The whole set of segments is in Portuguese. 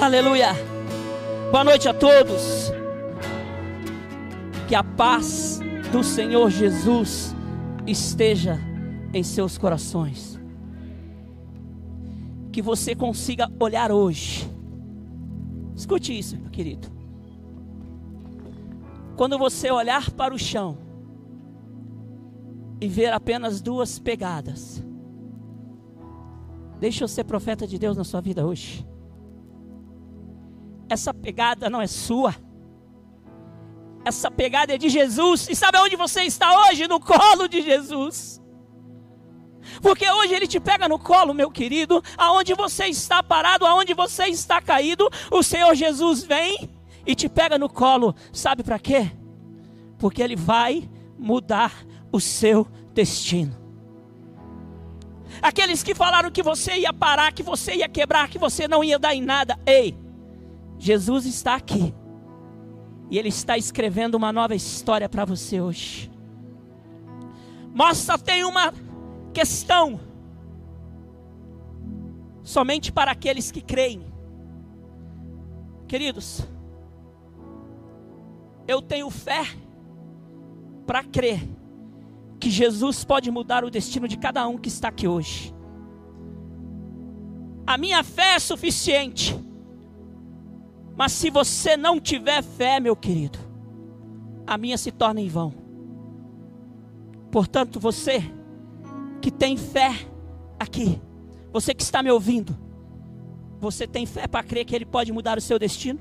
Aleluia. Boa noite a todos. Que a paz do Senhor Jesus esteja em seus corações. Que você consiga olhar hoje. Escute isso, meu querido. Quando você olhar para o chão e ver apenas 2 pegadas, deixa eu ser profeta de Deus na sua vida hoje. Essa pegada não é sua. Essa pegada é de Jesus. E sabe aonde você está hoje? No colo de Jesus. Porque hoje Ele te pega no colo, meu querido. Aonde você está parado, aonde você está caído, o Senhor Jesus vem e te pega no colo. Sabe para quê? Porque Ele vai mudar o seu destino. Aqueles que falaram que você ia parar, que você ia quebrar, que você não ia dar em nada. Ei, Jesus está aqui. E Ele está escrevendo uma nova história para você hoje. Mostra, tem uma questão. Somente para aqueles que creem. Queridos, eu tenho fé para crer que Jesus pode mudar o destino de cada um que está aqui hoje. A minha fé é suficiente. Mas se você não tiver fé, meu querido, a minha se torna em vão. Portanto, você que tem fé aqui, você que está me ouvindo, você tem fé para crer que Ele pode mudar o seu destino?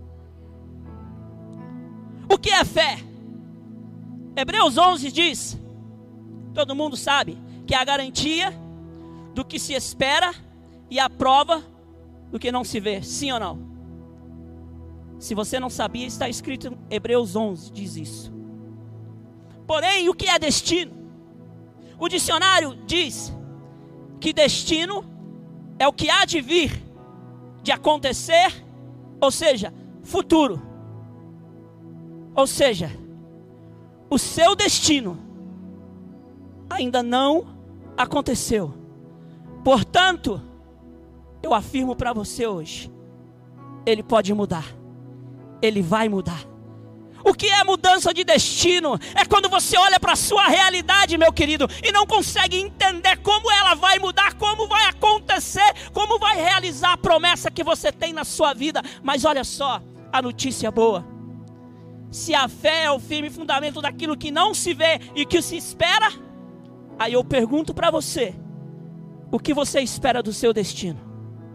O que é fé? Hebreus 11 diz, todo mundo sabe, que é a garantia do que se espera e a prova do que não se vê. Sim ou não? Se você não sabia, está escrito em Hebreus 11, diz isso. Porém, o que é destino? O dicionário diz que destino é o que há de vir, de acontecer, ou seja, futuro. Ou seja, o seu destino ainda não aconteceu. Portanto, eu afirmo para você hoje, Ele pode mudar. Ele vai mudar. O que é mudança de destino? É quando você olha para a sua realidade, meu querido, e não consegue entender como ela vai mudar, como vai acontecer, como vai realizar a promessa que você tem na sua vida. Mas olha só, a notícia boa. Se a fé é o firme fundamento daquilo que não se vê e que se espera, aí eu pergunto para você, o que você espera do seu destino?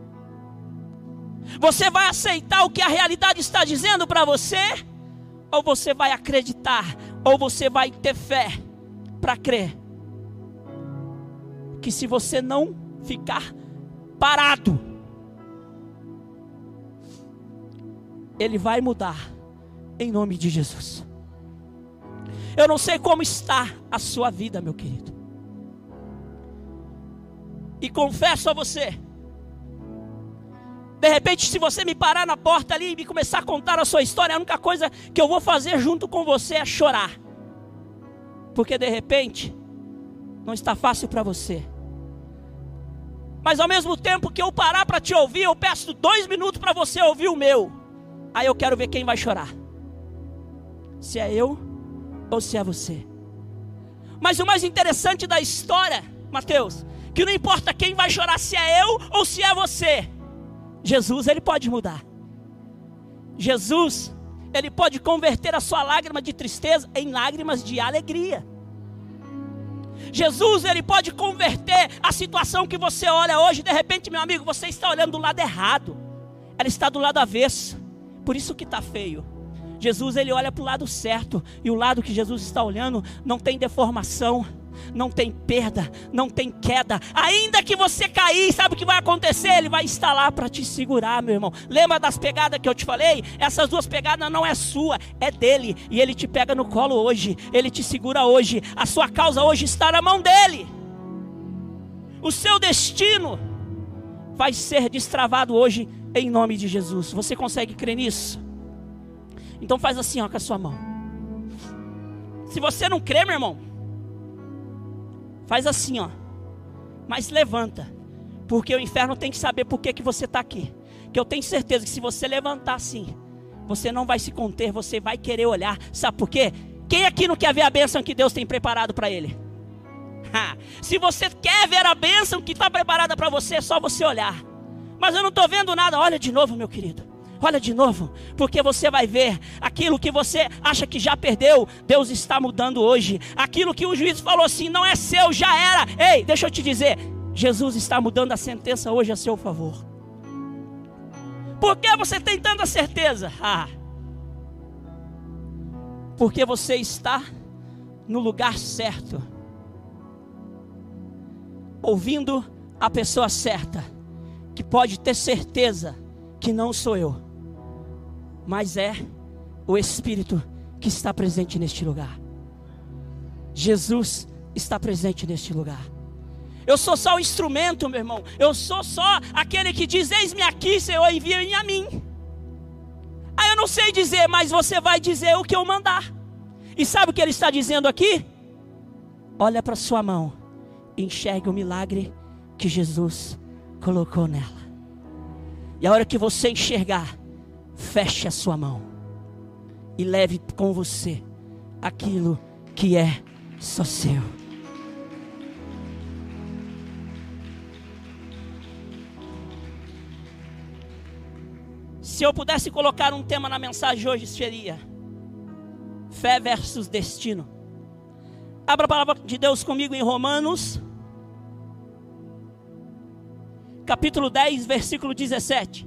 Você vai aceitar o que a realidade está dizendo para você? Ou você vai acreditar? Ou você vai ter fé para crer que se você não ficar parado, Ele vai mudar em nome de Jesus. Eu não sei como está a sua vida, meu querido. E confesso a você, de repente, se você me parar na porta ali e me começar a contar a sua história, a única coisa que eu vou fazer junto com você é chorar. Porque de repente, não está fácil para você. Mas ao mesmo tempo que eu parar para te ouvir, eu peço 2 minutos para você ouvir o meu. Aí eu quero ver quem vai chorar. Se é eu ou se é você. Mas o mais interessante da história, Mateus, que não importa quem vai chorar, se é eu ou se é você. Jesus, Ele pode mudar. Jesus, Ele pode converter a sua lágrima de tristeza em lágrimas de alegria. Jesus, Ele pode converter a situação que você olha hoje. De repente, meu amigo, você está olhando do lado errado. Ela está do lado avesso. Por isso que está feio. Jesus, Ele olha para o lado certo. E o lado que Jesus está olhando não tem deformação, não tem perda, não tem queda. Ainda que você cair, sabe o que vai acontecer? Ele vai estar lá para te segurar, meu irmão. Lembra das pegadas que eu te falei? Essas 2 pegadas não é sua, é dele. E Ele te pega no colo hoje, Ele te segura hoje. A sua causa hoje está na mão dele. O seu destino vai ser destravado hoje em nome de Jesus. Você consegue crer nisso? Então faz assim, ó, com a sua mão. Se você não crê, meu irmão, faz assim, ó. Mas levanta. Porque o inferno tem que saber por que você está aqui. que eu tenho certeza que se você levantar assim, você não vai se conter, você vai querer olhar. Sabe por quê? Quem aqui não quer ver a bênção que Deus tem preparado para ele? Se você quer ver a bênção que está preparada para você, é só você olhar. Mas eu não estou vendo nada. Olha de novo, meu querido. Olha de novo, porque você vai ver aquilo que você acha que já perdeu. Deus está mudando hoje. Aquilo que o juiz falou assim, não é seu, já era. Ei, deixa eu te dizer, Jesus está mudando a sentença hoje a seu favor. Por que você tem tanta certeza? Porque você está no lugar certo, ouvindo a pessoa certa, que pode ter certeza que não sou eu, mas é o Espírito que está presente neste lugar. Jesus está presente neste lugar. Eu sou só o instrumento, meu irmão. Eu sou só aquele que diz, eis-me aqui, Senhor, envia-me a mim. Aí eu não sei dizer, mas você vai dizer o que eu mandar. E sabe o que ele está dizendo aqui? Olha para sua mão, enxergue o milagre que Jesus colocou nela. E a hora que você enxergar, feche a sua mão e leve com você aquilo que é só seu. Se eu pudesse colocar um tema na mensagem hoje, seria fé versus destino. Abra a palavra de Deus comigo em Romanos, capítulo 10, versículo 17.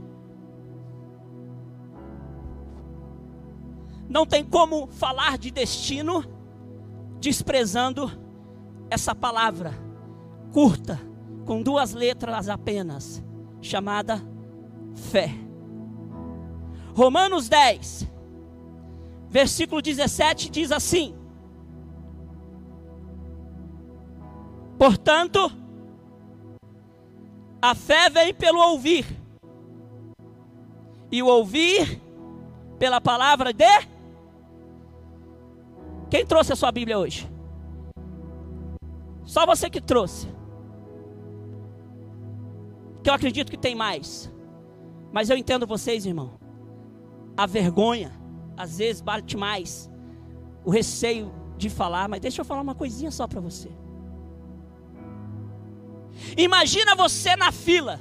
Não tem como falar de destino desprezando essa palavra curta, com 2 letras apenas, chamada fé. Romanos 10, versículo 17 diz assim: portanto, a fé vem pelo ouvir, e o ouvir pela palavra de... Quem trouxe a sua Bíblia hoje? Só você que trouxe. Que eu acredito que tem mais. Mas eu entendo vocês, irmão. A vergonha, às vezes, bate mais. O receio de falar. Mas deixa eu falar uma coisinha só para você. Imagina você na fila.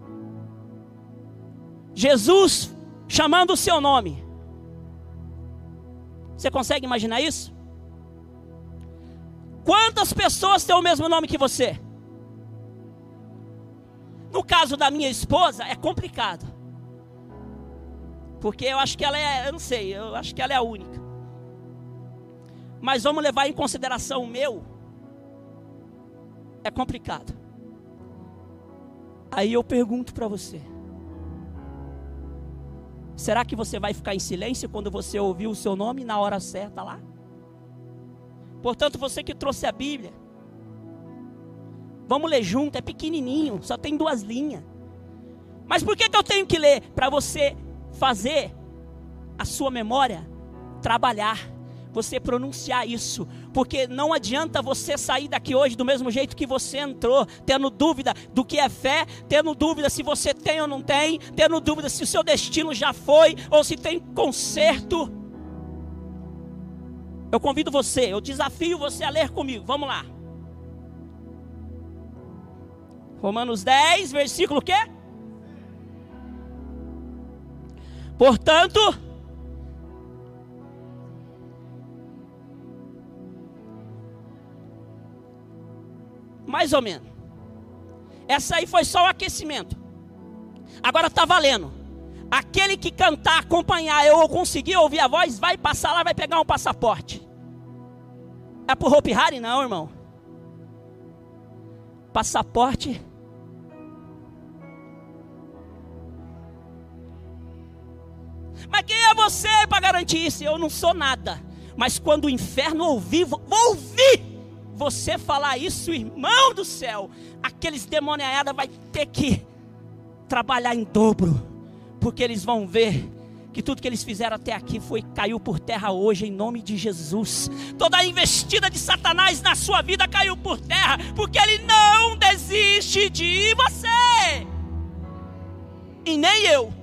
Jesus chamando o seu nome. Você consegue imaginar isso? Quantas pessoas têm o mesmo nome que você? No caso da minha esposa, é complicado. Porque eu acho que ela é, eu não sei, eu acho que ela é a única. Mas vamos levar em consideração o meu. É complicado. Aí eu pergunto para você. Será que você vai ficar em silêncio quando você ouvir o seu nome na hora certa lá? Portanto, você que trouxe a Bíblia, vamos ler junto, é pequenininho, só tem 2 linhas. Mas por que eu tenho que ler? Para você fazer a sua memória trabalhar, você pronunciar isso. Porque não adianta você sair daqui hoje do mesmo jeito que você entrou, tendo dúvida do que é fé, tendo dúvida se você tem ou não tem, tendo dúvida se o seu destino já foi ou se tem conserto. Eu convido você, eu desafio você a ler comigo, vamos lá. Romanos 10, versículo o quê? Portanto, mais ou menos. Essa aí foi só o aquecimento. Agora está valendo. Aquele que cantar, acompanhar, eu conseguir ouvir a voz, vai passar lá, vai pegar um passaporte. É pro Hope Hari não, irmão. Passaporte. Mas quem é você para garantir isso? Eu não sou nada. Mas quando o inferno ouvir, vou ouvir você falar isso, irmão do céu. Aqueles demoniados vai ter que trabalhar em dobro. Porque eles vão ver que tudo que eles fizeram até aqui caiu por terra hoje, em nome de Jesus. Toda a investida de Satanás na sua vida caiu por terra, porque ele não desiste de você. E nem eu.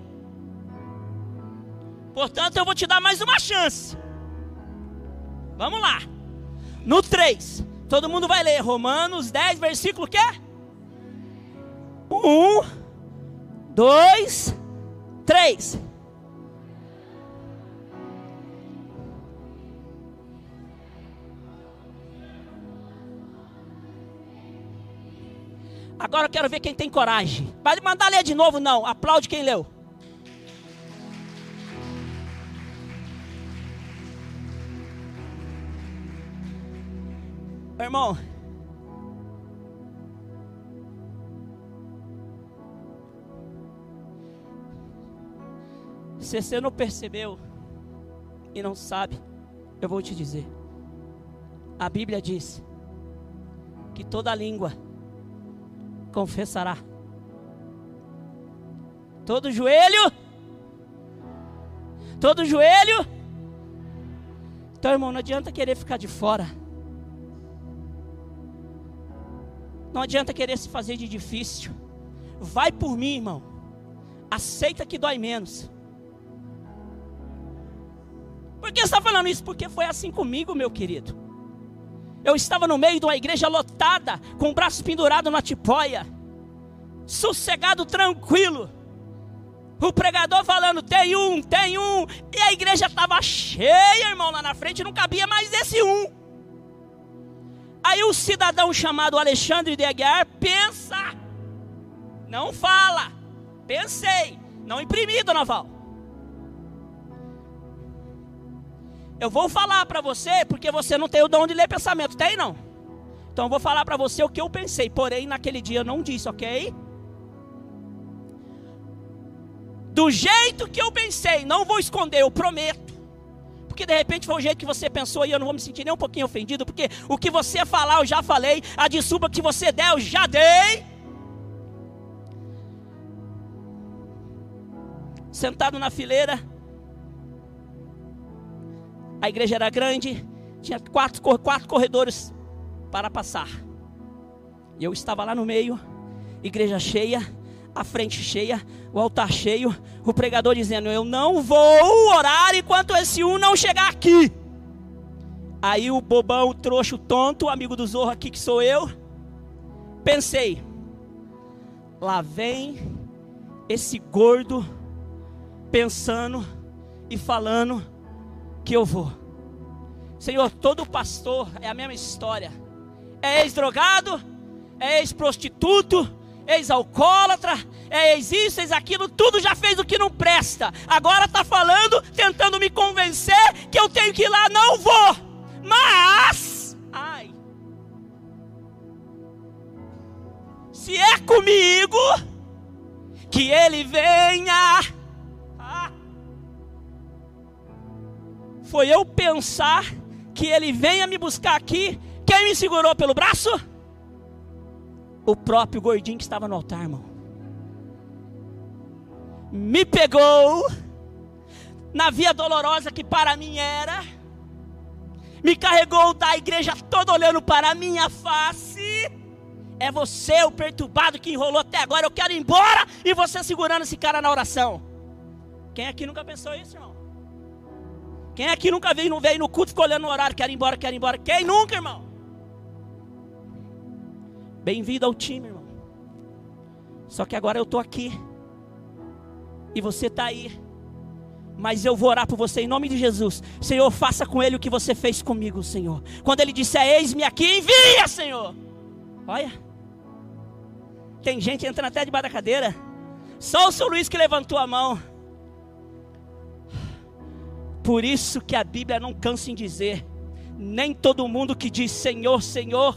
Portanto, eu vou te dar mais uma chance. Vamos lá. No 3, todo mundo vai ler Romanos 10, versículo quê? 1, 2, 3. Agora eu quero ver quem tem coragem. Vai mandar ler de novo? Não. Aplaude quem leu. Irmão, se você não percebeu e não sabe, eu vou te dizer. A Bíblia diz que toda língua confessará, todo joelho. Então, irmão, não adianta querer ficar de fora. Não adianta querer se fazer de difícil. Vai por mim, irmão. Aceita que dói menos. Por que você está falando isso? Porque foi assim comigo, meu querido. Eu estava no meio de uma igreja lotada, com o braço pendurado na tipóia, sossegado, tranquilo. O pregador falando, tem um. E a igreja estava cheia, irmão, lá na frente, não cabia mais esse um. Aí o cidadão chamado Alexandre de Aguiar pensa, não fala, pensei, não imprimi, dona Val. Eu vou falar para você, porque você não tem o dom de ler pensamento, tem não? Então eu vou falar para você o que eu pensei, porém naquele dia eu não disse, ok? Do jeito que eu pensei, não vou esconder, eu prometo. Porque de repente foi o jeito que você pensou e eu não vou me sentir nem um pouquinho ofendido, porque o que você falar eu já falei, a desculpa que você der eu já dei. Sentado na fileira, a igreja era grande, tinha quatro corredores para passar. E eu estava lá no meio, igreja cheia, a frente cheia, o altar cheio, o pregador dizendo, eu não vou orar enquanto esse um não chegar aqui. Aí o bobão, o trouxa, o tonto, o amigo do Zorro aqui que sou eu, pensei, lá vem esse gordo pensando e falando que eu vou. Senhor, todo pastor é a mesma história. É ex-drogado, é ex-prostituto, ex-alcoólatra, é ex-isso, ex-aquilo, tudo já fez o que não presta. Agora está falando, tentando me convencer que eu tenho que ir lá, não vou. Mas, se é comigo, que ele venha. Foi eu pensar que ele venha me buscar aqui. Quem me segurou pelo braço? O próprio gordinho que estava no altar, irmão. Me pegou na via dolorosa que para mim era. Me carregou da igreja toda olhando para a minha face. É você o perturbado que enrolou até agora. Eu quero ir embora e você segurando esse cara na oração. Quem aqui nunca pensou isso, irmão? Quem aqui nunca veio no culto e ficou olhando no horário, quero ir embora, quero ir embora? Quem nunca, irmão? Bem-vindo ao time, irmão. Só que agora eu estou aqui. E você está aí. Mas eu vou orar por você em nome de Jesus. Senhor, faça com ele o que você fez comigo, Senhor. Quando ele disser, eis-me aqui, envia, Senhor. Olha. Tem gente entrando até debaixo da cadeira. Só o seu Luiz que levantou a mão. Por isso que a Bíblia não cansa em dizer, nem todo mundo que diz Senhor, Senhor,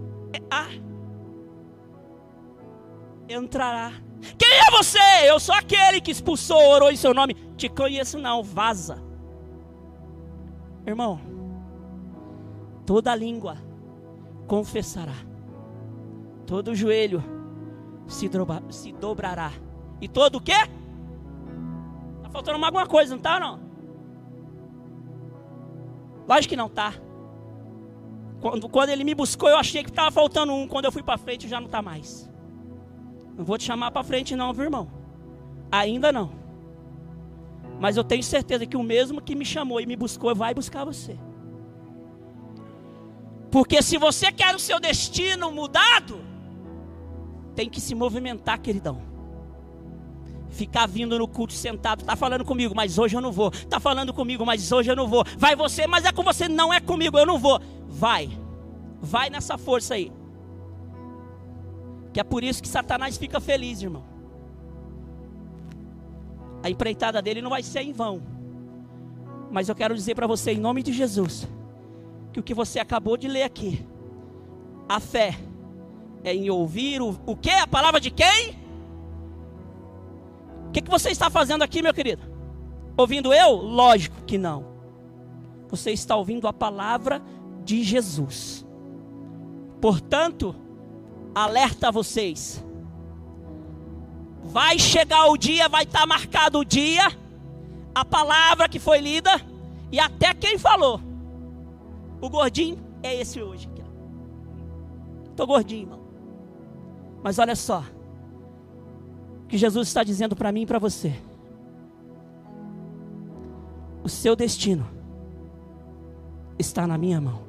entrará. Quem é você? Eu sou aquele que expulsou, orou em seu nome. Te conheço não, vaza. Irmão, toda língua confessará, todo joelho se dobrará. E todo o quê? Está faltando alguma coisa, não está não? Lógico que não está. Quando ele me buscou, eu achei que estava faltando um. Quando eu fui para frente, já não está mais. Não vou te chamar para frente não, viu, irmão? Ainda não. Mas eu tenho certeza que o mesmo que me chamou e me buscou vai buscar você. Porque se você quer o seu destino mudado, tem que se movimentar, queridão. Ficar vindo no culto sentado, está falando comigo, mas hoje eu não vou. Está falando comigo, mas hoje eu não vou. Vai você, mas é com você. Não é comigo, eu não vou. Vai nessa força aí. Que é por isso que Satanás fica feliz, irmão. A empreitada dele não vai ser em vão. Mas eu quero dizer para você, em nome de Jesus, que o que você acabou de ler aqui, a fé é em ouvir o que? A palavra de quem? O que você está fazendo aqui, meu querido? Ouvindo eu? Lógico que não. Você está ouvindo a palavra de Jesus. Portanto, alerta a vocês. Vai chegar o dia, vai estar marcado o dia, a palavra que foi lida e até quem falou. O gordinho é esse hoje. Estou gordinho, irmão. Mas olha só. O que Jesus está dizendo para mim e para você. O seu destino está na minha mão.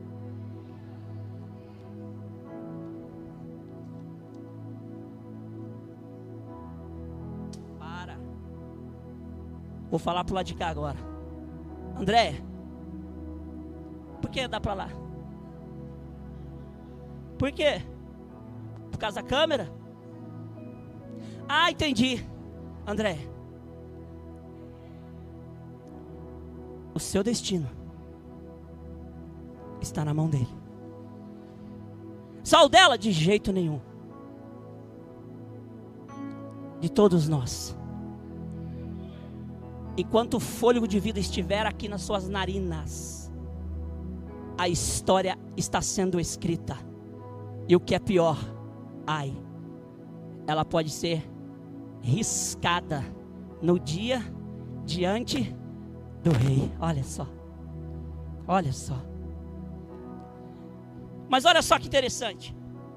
Para. Vou falar para o lado de cá agora. André, por que dá para lá? Por quê? Por causa da câmera? Ah, entendi. André, o seu destino está na mão dele. Só o dela? De jeito nenhum. De todos nós. Enquanto o fôlego de vida estiver aqui nas suas narinas, a história está sendo escrita. E o que é pior, ela pode ser riscada no dia diante do rei. Olha só. Olha só. Mas olha só que interessante.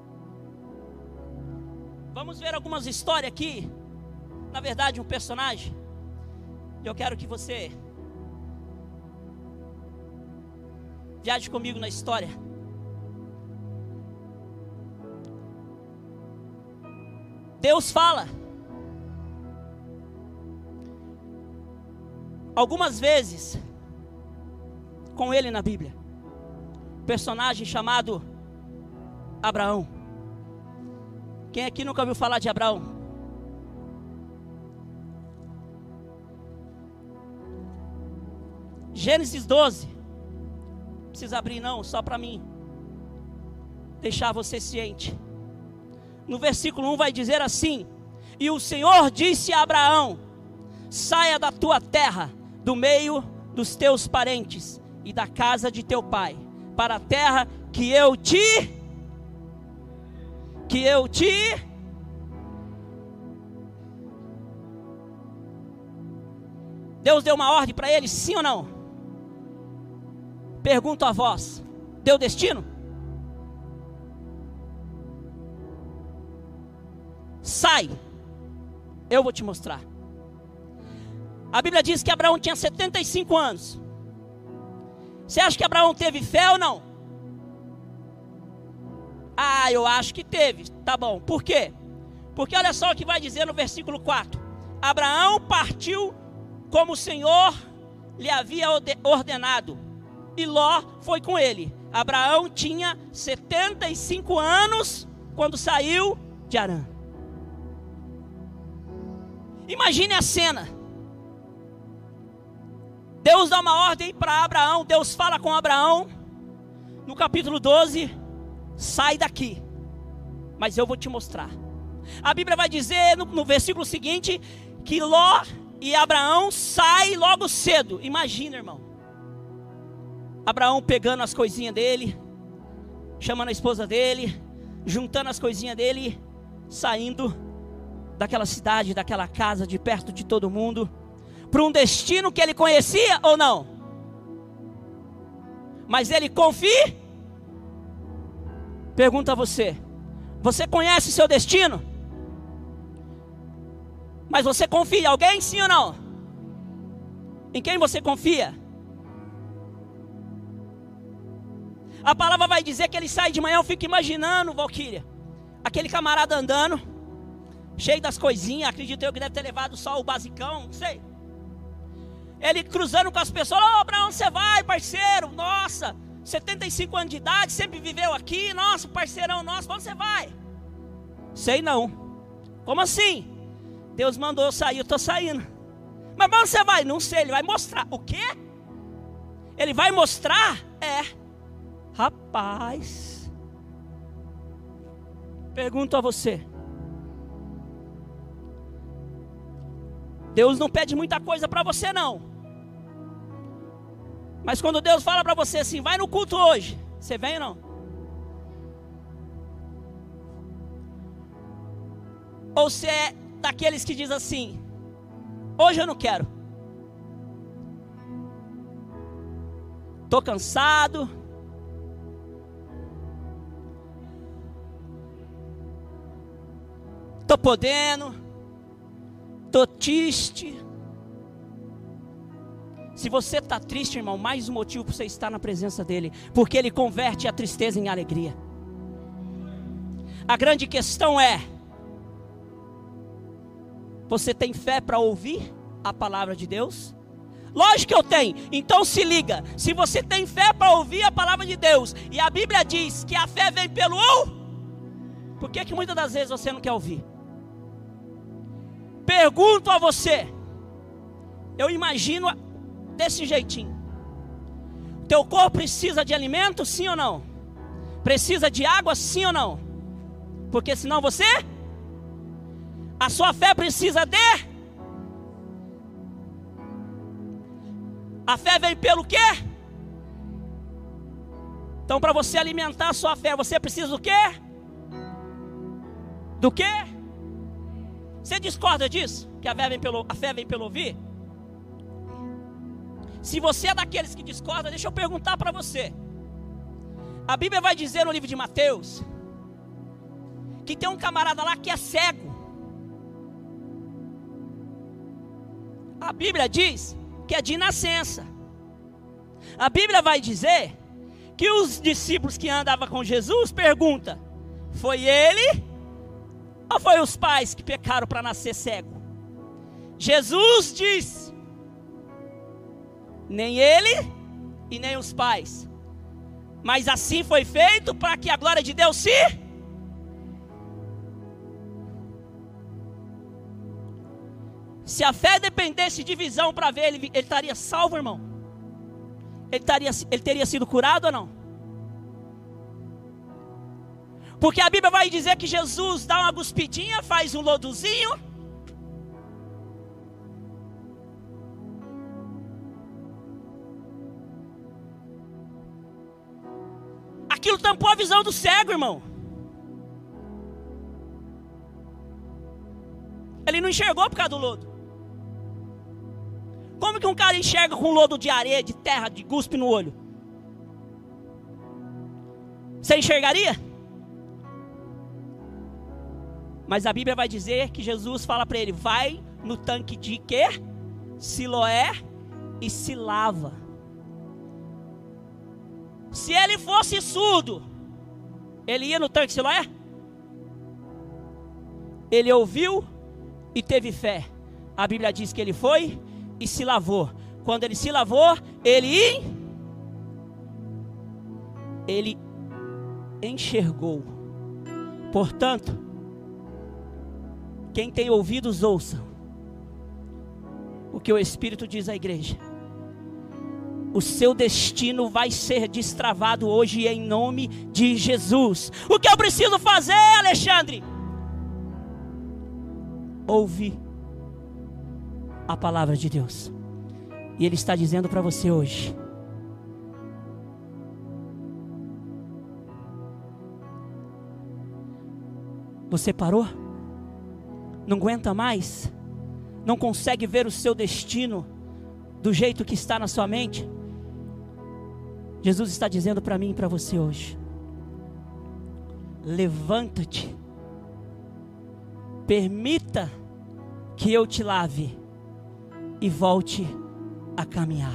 Vamos ver algumas histórias aqui. Na verdade, um personagem. Eu quero que você viaje comigo na história. Deus fala algumas vezes com ele na Bíblia. Personagem chamado Abraão. Quem aqui nunca ouviu falar de Abraão? Gênesis 12. Não precisa abrir não, só para mim deixar você ciente. No versículo 1 vai dizer assim: e o Senhor disse a Abraão: saia da tua terra, do meio dos teus parentes e da casa de teu pai, para a terra que eu te Deus deu uma ordem para ele, sim ou não? Pergunto a vós, deu destino? Sai, eu vou te mostrar. A Bíblia diz que Abraão tinha 75 anos. Você acha que Abraão teve fé ou não? Ah, eu acho que teve. Tá bom, por quê? Porque olha só o que vai dizer no versículo 4. Abraão partiu como o Senhor lhe havia ordenado, e Ló foi com ele. Abraão tinha 75 anos quando saiu de Harã. Imagine a cena. Deus dá uma ordem para Abraão. Deus fala com Abraão no capítulo 12: sai daqui, mas eu vou te mostrar. A Bíblia vai dizer no versículo seguinte que Ló e Abraão saem logo cedo. Imagina, irmão, Abraão pegando as coisinhas dele, chamando a esposa dele, juntando as coisinhas dele, saindo daquela cidade, daquela casa, de perto de todo mundo, para um destino que ele conhecia ou não? Mas ele confia? Pergunta a você: você conhece o seu destino? Mas você confia em alguém, sim ou não? Em quem você confia? A palavra vai dizer que ele sai de manhã, eu fico imaginando, Valquíria, aquele camarada andando, cheio das coisinhas, acredito eu que deve ter levado só o basicão, não sei. Ele cruzando com as pessoas, pra onde você vai, parceiro? Nossa, 75 anos de idade, sempre viveu aqui, nossa, parceirão nosso, pra onde você vai? Sei não. Como assim? Deus mandou eu sair, eu estou saindo. Mas pra onde você vai? Não sei, ele vai mostrar. O quê? Ele vai mostrar? Rapaz, pergunto a você, Deus não pede muita coisa para você não, mas quando Deus fala para você assim, vai no culto hoje, você vem ou não? Ou você é daqueles que diz assim, hoje eu não quero, estou cansado, estou podendo, estou triste. Se você está triste, irmão, mais um motivo para você estar na presença dEle, porque Ele converte a tristeza em alegria. A grande questão é, você tem fé para ouvir a palavra de Deus? Lógico que eu tenho, então se liga, se você tem fé para ouvir a palavra de Deus, e a Bíblia diz que a fé vem pelo por que muitas das vezes você não quer ouvir? Pergunto a você, eu imagino desse jeitinho, teu corpo precisa de alimento, sim ou não? Precisa de água, sim ou não? Porque senão você, a sua fé precisa de, a fé vem pelo quê? Então para você alimentar a sua fé, você precisa do quê? Do quê? Você discorda disso? Que a fé vem pelo ouvir? Se você é daqueles que discordam, deixa eu perguntar para você. A Bíblia vai dizer no livro de Mateus que tem um camarada lá que é cego. A Bíblia diz que é de nascença. A Bíblia vai dizer que os discípulos que andavam com Jesus perguntam, foi ele ou foi os pais que pecaram para nascer cego? Jesus diz, nem ele e nem os pais, mas assim foi feito para que a glória de Deus se... Se a fé dependesse de visão para ver, ele estaria salvo, irmão? Ele teria sido curado ou não? Porque a Bíblia vai dizer que Jesus dá uma cuspidinha, faz um lodozinho. Aquilo tampou a visão do cego, irmão. Ele não enxergou por causa do lodo. Como que um cara enxerga com lodo de areia, de terra, de cuspe no olho? Você enxergaria? Mas a Bíblia vai dizer que Jesus fala para ele, vai no tanque de quê? Siloé e se lava. Se ele fosse surdo, ele ia no tanque de Siloé? Ele ouviu e teve fé. A Bíblia diz que ele foi e se lavou. Quando ele se lavou, ele enxergou. Portanto, quem tem ouvidos, ouça o que o Espírito diz à igreja. O seu destino vai ser destravado hoje em nome de Jesus. O que eu preciso fazer, Alexandre? Ouvir a palavra de Deus. E Ele está dizendo para você hoje: você parou? Não aguenta mais? Não consegue ver o seu destino do jeito que está na sua mente? Jesus está dizendo para mim e para você hoje: levanta-te, permita que eu te lave e volte a caminhar.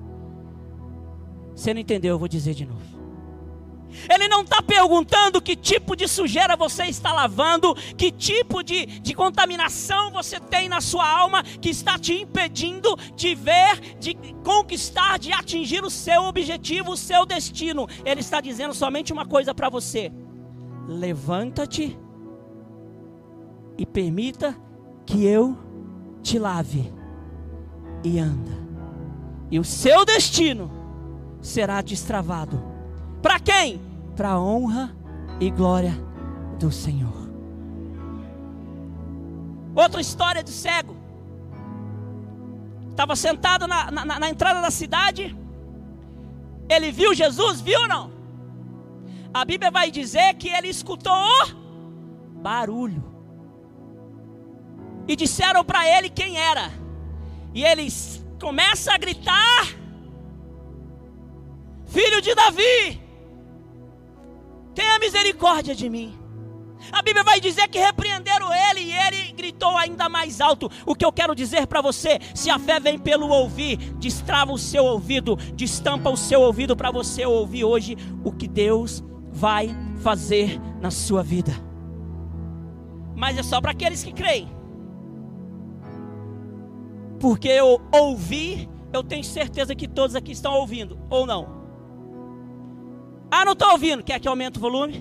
Você não entendeu, eu vou dizer de novo. Ele não está perguntando que tipo de sujeira você está lavando, que tipo de contaminação você tem na sua alma, que está te impedindo de ver, de conquistar, de atingir o seu objetivo, o seu destino. Ele está dizendo somente uma coisa para você: levanta-te e permita que eu te lave e anda. E o seu destino será destravado. Para quem? Para a honra e glória do Senhor. Outra história de cego. Estava sentado na entrada da cidade. Ele viu Jesus, viu ou não? A Bíblia vai dizer que ele escutou o barulho. E disseram para ele quem era. E ele começa a gritar: Filho de Davi, tenha misericórdia de mim. A Bíblia vai dizer que repreenderam ele e ele gritou ainda mais alto. O que eu quero dizer para você: se a fé vem pelo ouvir, destrava o seu ouvido, destampa o seu ouvido para você ouvir hoje o que Deus vai fazer na sua vida. Mas é só para aqueles que creem. Porque eu ouvi, eu tenho certeza que todos aqui estão ouvindo, ou não? Ah, não estou ouvindo. Quer que aumente o volume?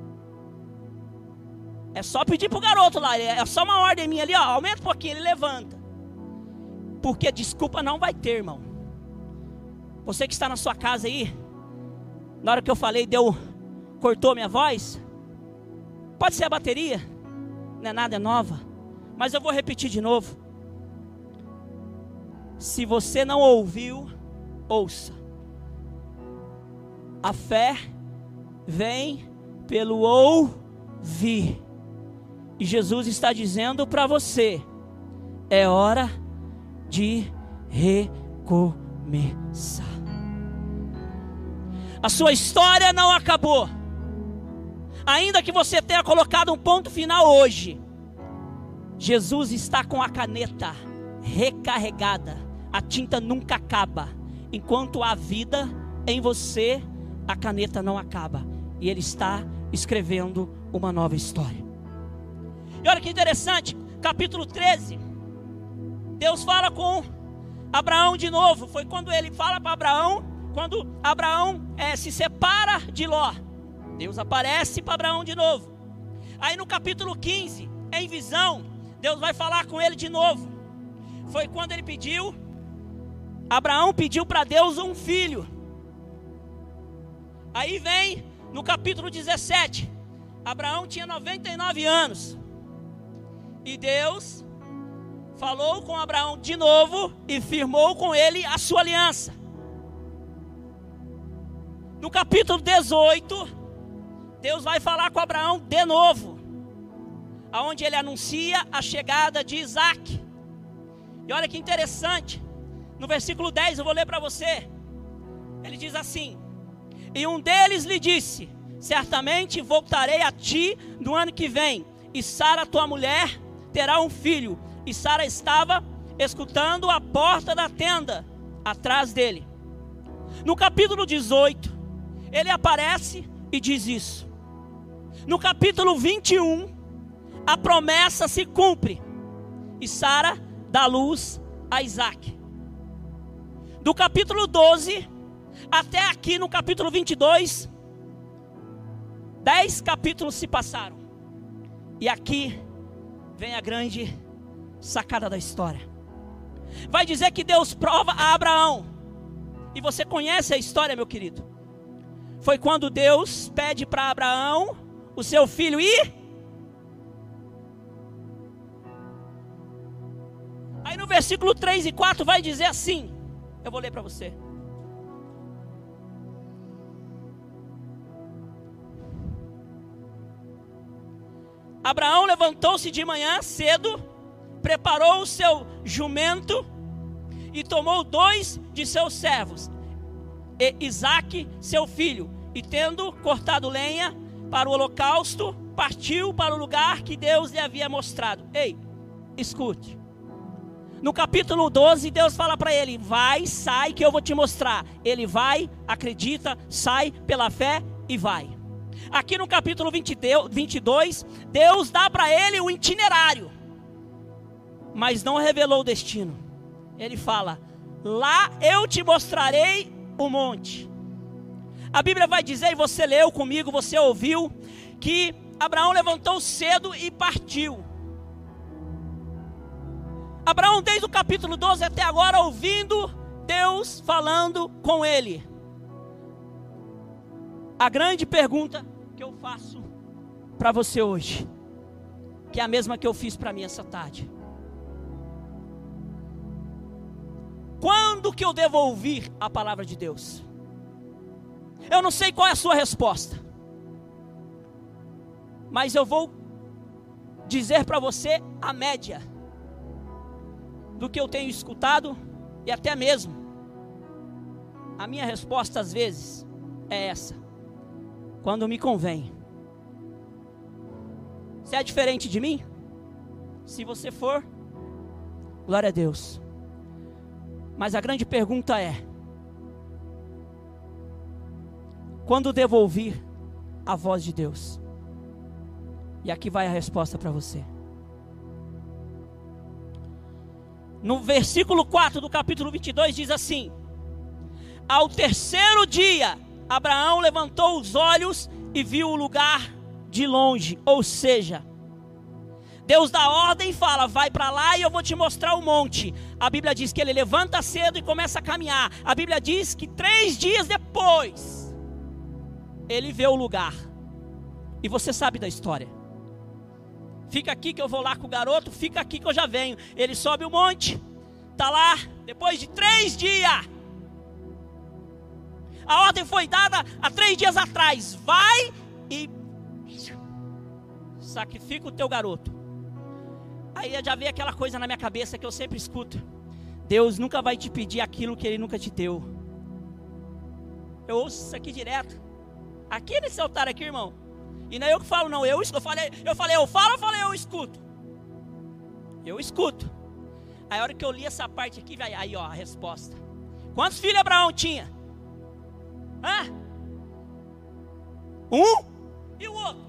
É só pedir para o garoto lá. É só uma ordem minha ali, ó. Aumenta um pouquinho, ele levanta. Porque desculpa não vai ter, irmão. Você que está na sua casa aí, na hora que eu falei, cortou minha voz. Pode ser a bateria. Não é nada, é nova. Mas eu vou repetir de novo. Se você não ouviu, ouça. A fé vem pelo ouvir. E Jesus está dizendo para você: é hora de recomeçar. A sua história não acabou. Ainda que você tenha colocado um ponto final hoje, Jesus está com a caneta recarregada. A tinta nunca acaba. Enquanto há vida em você, a caneta não acaba. E Ele está escrevendo uma nova história. E olha que interessante, capítulo 13. Deus fala com Abraão de novo. Foi quando Ele fala para Abraão, quando Abraão se separa de Ló. Deus aparece para Abraão de novo. Aí no capítulo 15, em visão, Deus vai falar com ele de novo. Foi quando ele pediu, Abraão pediu para Deus um filho. Aí vem no capítulo 17, Abraão tinha 99 anos. E Deus falou com Abraão de novo e firmou com ele a sua aliança. No capítulo 18, Deus vai falar com Abraão de novo, aonde ele anuncia a chegada de Isaac. E olha que interessante, no versículo 10 eu vou ler para você. Ele diz assim: e um deles lhe disse: certamente voltarei a ti no ano que vem, e Sara tua mulher terá um filho. E Sara estava escutando a porta da tenda atrás dele. No capítulo 18, ele aparece e diz isso. No capítulo 21, a promessa se cumpre, e Sara dá luz a Isaac. Do capítulo 12 até aqui no capítulo 22, 10 capítulos se passaram. E aqui vem a grande sacada da história. Vai dizer que Deus prova a Abraão. E você conhece a história, meu querido. Foi quando Deus pede para Abraão o seu filho ir. Aí no versículo 3 e 4 vai dizer assim. Eu vou ler para você. Abraão levantou-se de manhã cedo, preparou o seu jumento e tomou 2 de seus servos, e Isaque, seu filho, e tendo cortado lenha para o holocausto, partiu para o lugar que Deus lhe havia mostrado. Ei, escute. No capítulo 12, Deus fala para ele: vai, sai que eu vou te mostrar. Ele vai, acredita, sai pela fé e vai. Aqui no capítulo 22, Deus dá para ele o itinerário, mas não revelou o destino. Ele fala: lá eu te mostrarei o monte. A Bíblia vai dizer, e você leu comigo, você ouviu, que Abraão levantou cedo e partiu. Abraão, desde o capítulo 12 até agora, ouvindo Deus falando com ele. A grande pergunta que eu faço para você hoje, que é a mesma que eu fiz para mim essa tarde: quando que eu devo ouvir a palavra de Deus? Eu não sei qual é a sua resposta, mas eu vou dizer para você a média do que eu tenho escutado, e até mesmo a minha resposta às vezes é essa: quando me convém. Você é diferente de mim? Se você for, glória a Deus. Mas a grande pergunta é: quando devo ouvir a voz de Deus? E aqui vai a resposta para você. No versículo 4 do capítulo 22 diz assim: ao terceiro dia, Abraão levantou os olhos e viu o lugar de longe. Ou seja, Deus dá ordem e fala: vai para lá e eu vou te mostrar o monte. A Bíblia diz que ele levanta cedo e começa a caminhar. A Bíblia diz que 3 dias depois ele vê o lugar. E você sabe da história. Fica aqui que eu vou lá com o garoto, fica aqui que eu já venho. Ele sobe o monte, está lá, depois de 3 dias. A ordem foi dada há 3 dias atrás: vai e sacrifica o teu garoto. Aí já veio aquela coisa na minha cabeça que eu sempre escuto: Deus nunca vai te pedir aquilo que Ele nunca te deu. Eu ouço isso aqui direto, aqui nesse altar aqui, irmão. E não é eu que falo não, eu escuto. Eu escuto. Aí a hora que eu li essa parte aqui, aí ó, a resposta. Quantos filhos Abraão tinha? Hã? 1? E o outro?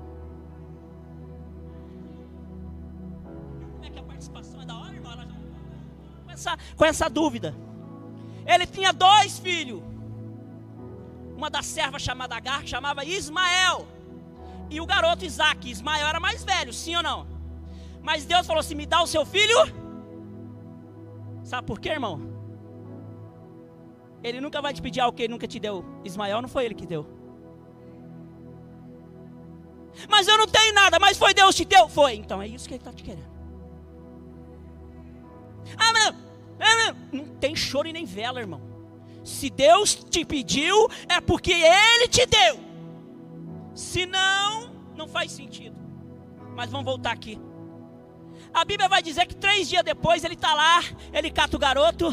Como é que a participação é da hora, irmão? Ela já com essa dúvida. Ele tinha 2 filhos. Uma da serva chamada Agar, que chamava Ismael. E o garoto Isaac. Ismael era mais velho, sim ou não? Mas Deus falou assim: me dá o seu filho. Sabe por quê, irmão? Ele nunca vai te pedir algo que Ele nunca te deu. Ismael não foi Ele que deu. Mas eu não tenho nada, mas foi Deus que te deu. Foi, então é isso que Ele está te querendo. Ah, não tem choro e nem vela, irmão. Se Deus te pediu, é porque Ele te deu. Se não, não faz sentido. Mas vamos voltar aqui. A Bíblia vai dizer que 3 dias depois ele está lá, ele cata o garoto.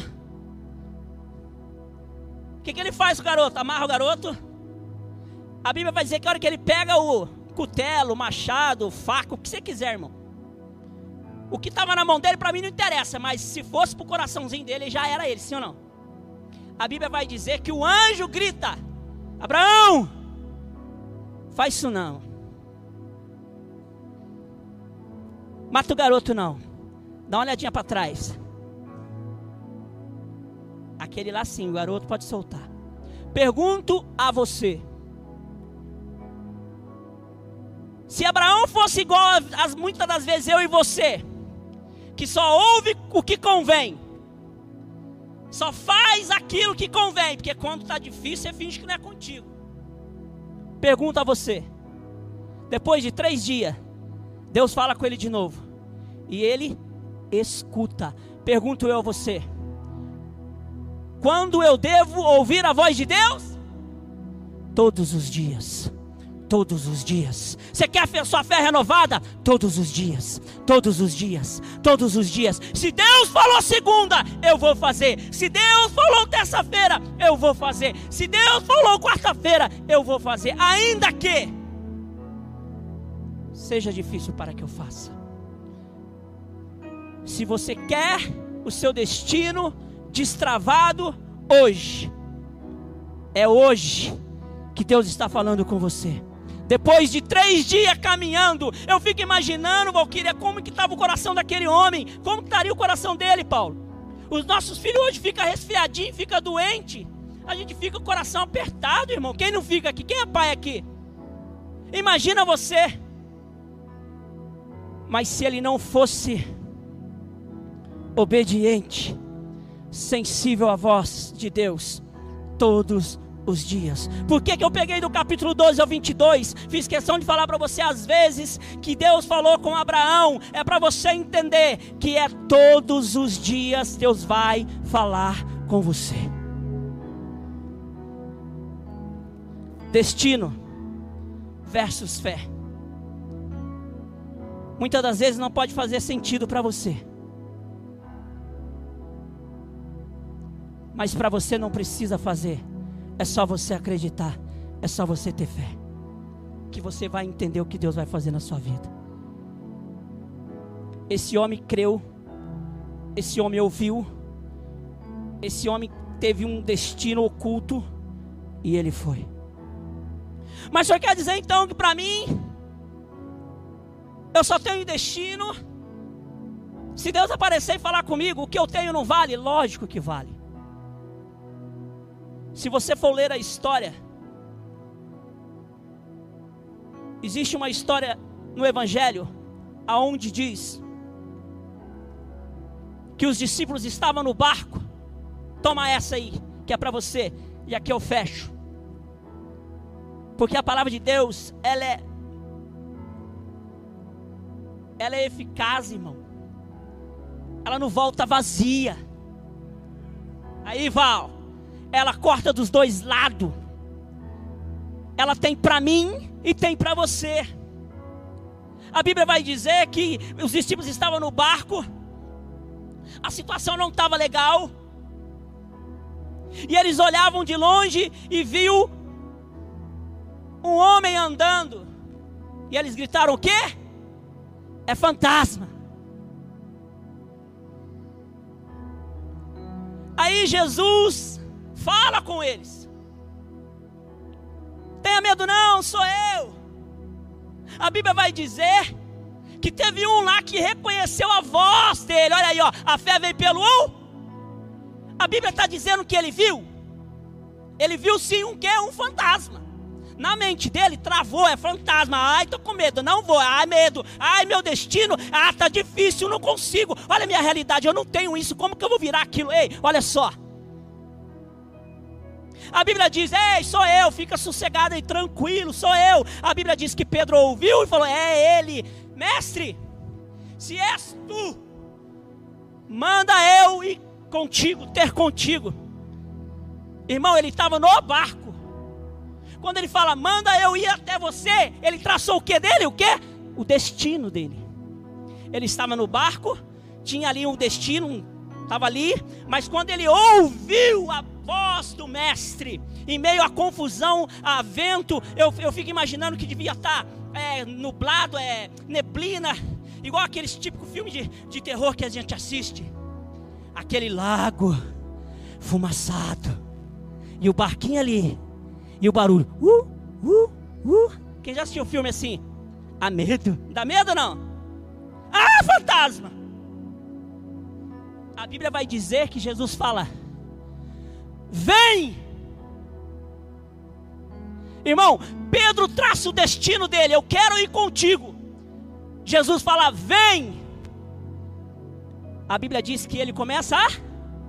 O que ele faz com o garoto? Amarra o garoto. A Bíblia vai dizer que a hora que ele pega o cutelo, o machado, faca, o que você quiser, irmão. O que estava na mão dele para mim não interessa, mas se fosse para o coraçãozinho dele, já era ele, sim ou não? A Bíblia vai dizer que o anjo grita: Abraão, faz isso não. Mata o garoto não. Dá uma olhadinha para trás. Aquele lá sim, o garoto pode soltar. Pergunto a você: se Abraão fosse igual a muitas das vezes eu e você, que só ouve o que convém, só faz aquilo que convém, porque quando está difícil você finge que não é contigo. Pergunto a você: depois de 3 dias, Deus fala com ele de novo, e ele escuta. Pergunto eu a você: quando eu devo ouvir a voz de Deus? Todos os dias. Todos os dias. Você quer a sua fé renovada? Todos os dias. Todos os dias. Todos os dias. Se Deus falou segunda, eu vou fazer. Se Deus falou terça-feira, eu vou fazer. Se Deus falou quarta-feira, eu vou fazer. Ainda que seja difícil para que eu faça. Se você quer o seu destino destravado hoje. É hoje que Deus está falando com você. Depois de 3 dias caminhando, eu fico imaginando, Valquíria, como que estava o coração daquele homem. Como que estaria o coração dele, Paulo? Os nossos filhos hoje ficam resfriadinhos, ficam doentes. A gente fica com o coração apertado, irmão. Quem não fica aqui? Quem é pai aqui? Imagina você. Mas se ele não fosse obediente, sensível à voz de Deus, todos os dias. Por que eu peguei do capítulo 12 ao 22? Fiz questão de falar para você às vezes que Deus falou com Abraão. É para você entender que é todos os dias Deus vai falar com você. Destino versus fé. Muitas das vezes não pode fazer sentido para você. Mas para você não precisa fazer. É só você acreditar. É só você ter fé. Que você vai entender o que Deus vai fazer na sua vida. Esse homem creu. Esse homem ouviu. Esse homem teve um destino oculto. E ele foi. Mas o senhor quer dizer então que para mim eu só tenho destino se Deus aparecer e falar comigo? O que eu tenho não vale? Lógico que vale. Se você for ler a história, existe uma história no Evangelho aonde diz que os discípulos estavam no barco. Toma essa aí, que é para você, e aqui eu fecho. Porque a palavra de Deus, ela é eficaz, irmão. Ela não volta vazia. Aí, Val, ela corta dos dois lados. Ela tem para mim e tem para você. A Bíblia vai dizer que os discípulos estavam no barco. A situação não estava legal. E eles olhavam de longe e viu um homem andando. E eles gritaram: o quê? É fantasma. Aí Jesus fala com eles: tenha medo não, sou eu. A Bíblia vai dizer que teve um lá que reconheceu a voz dele. Olha aí, ó, a fé veio pelo A Bíblia está dizendo que ele viu. Ele viu sim um quê? Um fantasma. Na mente dele travou, é fantasma. Ai, tô com medo, não vou. Ai, medo. Ai, meu destino. Ah, tá difícil, não consigo. Olha a minha realidade, eu não tenho isso. Como que eu vou virar aquilo? Ei, olha só. A Bíblia diz: ei, sou eu, fica sossegado e tranquilo, sou eu. A Bíblia diz que Pedro ouviu e falou: é ele. Mestre, se és tu, manda eu ir contigo, ter contigo. Irmão, ele estava no barco. Quando ele fala: manda eu ir até você, ele traçou o que dele? O que? O destino dele. Ele estava no barco, tinha ali um destino, estava ali. Mas quando ele ouviu a voz do mestre, em meio à confusão, a vento, eu fico imaginando que devia estar nublado, neblina, igual aqueles típicos filmes de terror que a gente assiste. Aquele lago fumaçado, e o barquinho ali, e o barulho, Quem já assistiu filme assim? Dá medo? Dá medo ou não? Ah, fantasma! A Bíblia vai dizer que Jesus fala: vem! Irmão, Pedro traça o destino dele: eu quero ir contigo. Jesus fala: vem! A Bíblia diz que ele começa a...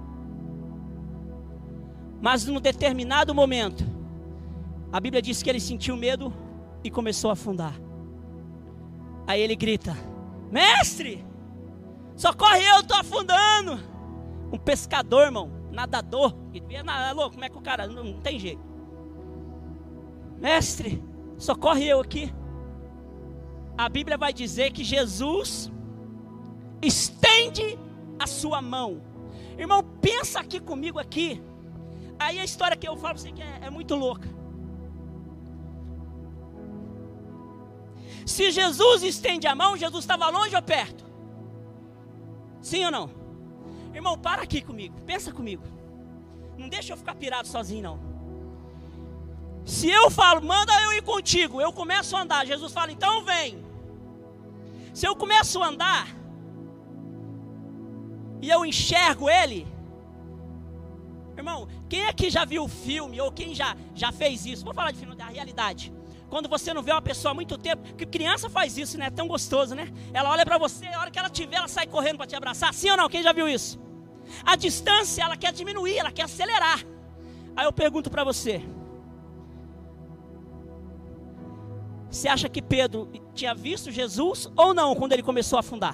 Mas num determinado momento, a Bíblia diz que ele sentiu medo e começou a afundar. Aí ele grita: mestre, socorre, eu estou afundando. Um pescador, irmão, nadador, louco, como é que o cara, não tem jeito. Mestre, socorre eu aqui. A Bíblia vai dizer que Jesus estende a sua mão. Irmão, pensa aqui comigo aqui. Aí a história que eu falo para você que é muito louca. Se Jesus estende a mão, Jesus estava longe ou perto? Sim ou não? Irmão, para aqui comigo, pensa comigo. Não deixa eu ficar pirado sozinho, não. Se eu falo, manda eu ir contigo, eu começo a andar. Jesus fala, então vem. Se eu começo a andar e eu enxergo ele, irmão, quem aqui já viu o filme, ou quem já fez isso? Vou falar de filme, da realidade. Quando você não vê uma pessoa há muito tempo, que criança faz isso, né? É tão gostoso, né? Ela olha pra você, a hora que ela te vê, ela sai correndo para te abraçar. Sim ou não? Quem já viu isso? A distância, ela quer diminuir, ela quer acelerar. Aí eu pergunto para você, você acha que Pedro tinha visto Jesus ou não, quando ele começou a afundar?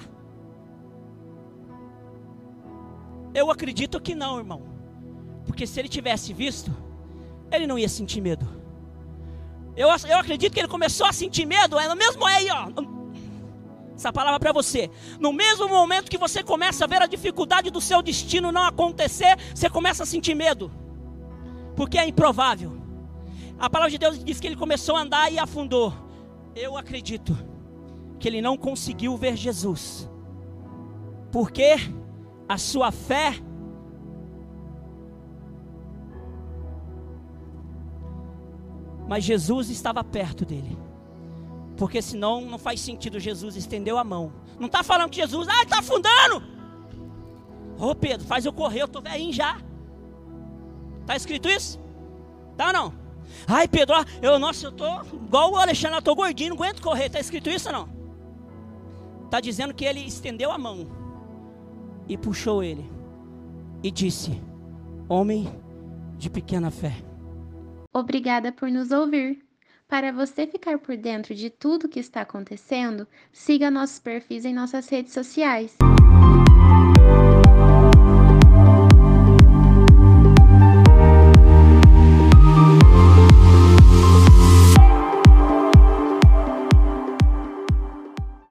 Eu acredito que não, irmão. Porque se ele tivesse visto, ele não ia sentir medo. Eu acredito que ele começou a sentir medo, no mesmo aí, ó. Essa palavra para você. No mesmo momento que você começa a ver a dificuldade do seu destino não acontecer, você começa a sentir medo. Porque é improvável. A palavra de Deus diz que ele começou a andar e afundou. Eu acredito que ele não conseguiu ver Jesus. Porque a sua fé mas Jesus estava perto dele. Porque senão não faz sentido Jesus estendeu a mão. Não está falando que Jesus, está afundando. Ô Pedro, faz eu correr, eu estou velhinho já. Está escrito isso? Tá ou não? Ai Pedro, eu estou igual o Alexandre, eu estou gordinho, não aguento correr. Está escrito isso ou não? Está dizendo que ele estendeu a mão e puxou ele e disse, homem de pequena fé. Obrigada por nos ouvir. Para você ficar por dentro de tudo que está acontecendo, siga nossos perfis em nossas redes sociais.